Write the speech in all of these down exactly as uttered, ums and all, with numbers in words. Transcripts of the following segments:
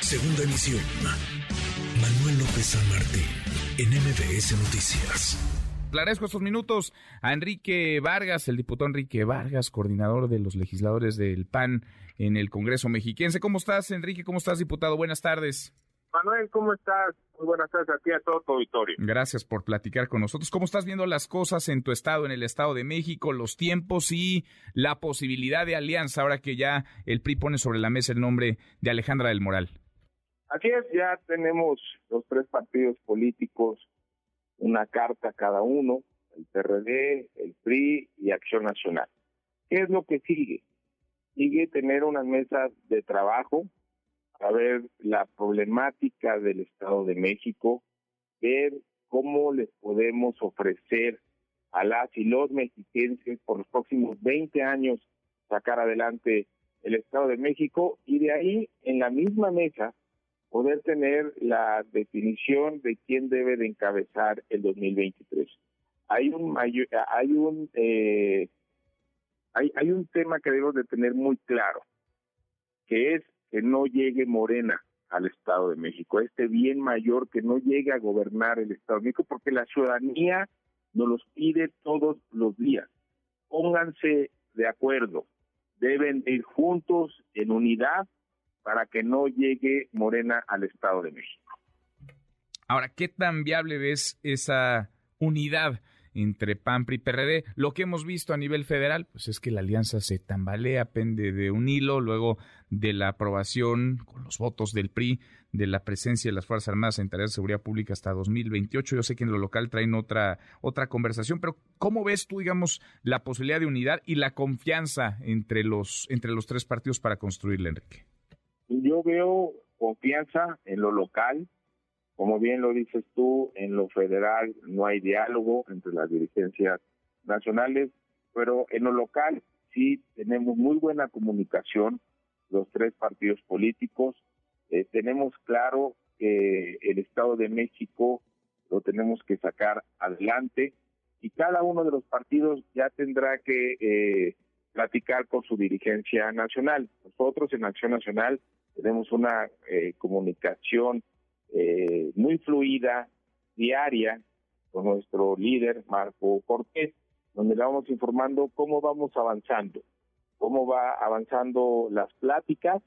Segunda emisión. Manuel López San Martín, en M B S Noticias. Le agradezco estos minutos a Enrique Vargas, el diputado Enrique Vargas, coordinador de los legisladores del P A N en el Congreso Mexiquense. ¿Cómo estás, Enrique? ¿Cómo estás, diputado? Buenas tardes. Manuel, ¿cómo estás? Muy buenas tardes a ti y a todo tu auditorio. Gracias por platicar con nosotros. ¿Cómo estás viendo las cosas en tu estado, en el Estado de México, los tiempos y la posibilidad de alianza ahora que ya el P R I pone sobre la mesa el nombre de Alejandra del Moral? Así es, ya tenemos los tres partidos políticos, una carta cada uno, el P R D, el P R I y Acción Nacional. ¿Qué es lo que sigue? Sigue tener unas mesas de trabajo, a ver la problemática del Estado de México, ver cómo les podemos ofrecer a las y los mexiquenses por los próximos veinte años sacar adelante el Estado de México y de ahí en la misma mesa poder tener la definición de quién debe de encabezar el dos mil veintitrés. Hay un mayor, hay un eh, hay hay un tema que debemos de tener muy claro, que es que no llegue Morena al Estado de México, este bien mayor que no llegue a gobernar el Estado de México, porque la ciudadanía nos los pide todos los días. Pónganse de acuerdo, deben ir juntos en unidad para que no llegue Morena al Estado de México. Ahora, ¿qué tan viable ves esa unidad entre P A N, P R I y P R D? Lo que hemos visto a nivel federal, pues es que la alianza se tambalea, pende de un hilo, luego de la aprobación con los votos del P R I de la presencia de las Fuerzas Armadas en tareas de seguridad pública hasta dos mil veintiocho. Yo sé que en lo local traen otra otra conversación, pero ¿cómo ves tú, digamos, la posibilidad de unidad y la confianza entre los entre los tres partidos para construirla, Enrique? Yo veo confianza en lo local. Como bien lo dices tú, en lo federal no hay diálogo entre las dirigencias nacionales, pero en lo local sí tenemos muy buena comunicación los tres partidos políticos. Eh, tenemos claro que el Estado de México lo tenemos que sacar adelante y cada uno de los partidos ya tendrá que eh, platicar con su dirigencia nacional. Nosotros en Acción Nacional tenemos una eh, comunicación Eh, muy fluida, diaria, con nuestro líder, Marco Cortés, donde le vamos informando cómo vamos avanzando, cómo va avanzando las pláticas,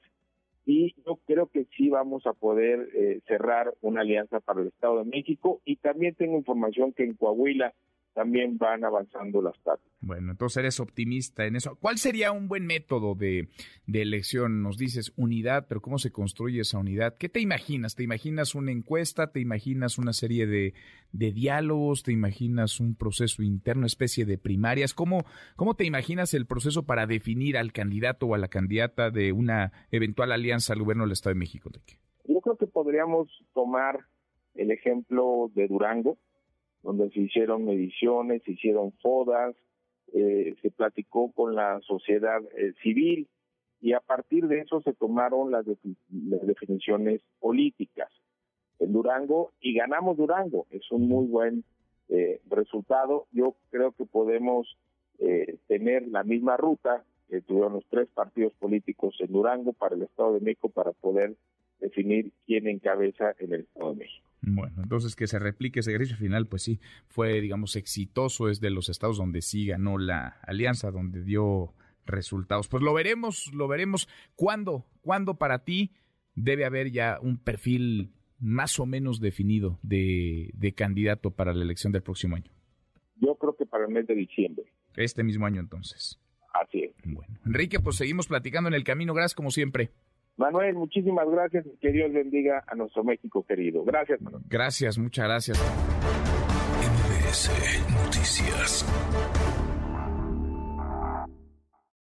y yo creo que sí vamos a poder eh, cerrar una alianza para el Estado de México, y también tengo información que en Coahuila también van avanzando las pláticas. Bueno, entonces eres optimista en eso. ¿Cuál sería un buen método de, de elección? Nos dices unidad, pero ¿cómo se construye esa unidad? ¿Qué te imaginas? ¿Te imaginas una encuesta? ¿Te imaginas una serie de, de diálogos? ¿Te imaginas un proceso interno, especie de primarias? ¿Cómo, ¿Cómo te imaginas el proceso para definir al candidato o a la candidata de una eventual alianza al gobierno del Estado de México, Enrique? Yo creo que podríamos tomar el ejemplo de Durango, donde se hicieron mediciones, se hicieron fodas, eh, se platicó con la sociedad eh, civil y a partir de eso se tomaron las, defi- las definiciones políticas en Durango y ganamos Durango. Es un muy buen eh, resultado. Yo creo que podemos eh, tener la misma ruta que tuvieron los tres partidos políticos en Durango para el Estado de México para poder definir quién encabeza en el Estado de México. Bueno, entonces que se replique ese ejercicio final, pues sí, fue, digamos, exitoso, es de los estados donde sí ganó la alianza, donde dio resultados. Pues lo veremos, lo veremos. ¿Cuándo, cuándo para ti debe haber ya un perfil más o menos definido de, de candidato para la elección del próximo año? Yo creo que para el mes de diciembre. Este mismo año, entonces. Así es. Bueno, Enrique, pues seguimos platicando en el camino. Gracias, como siempre. Manuel, muchísimas gracias. Que Dios bendiga a nuestro México querido. Gracias, Manuel. Gracias, muchas gracias. M B S Noticias.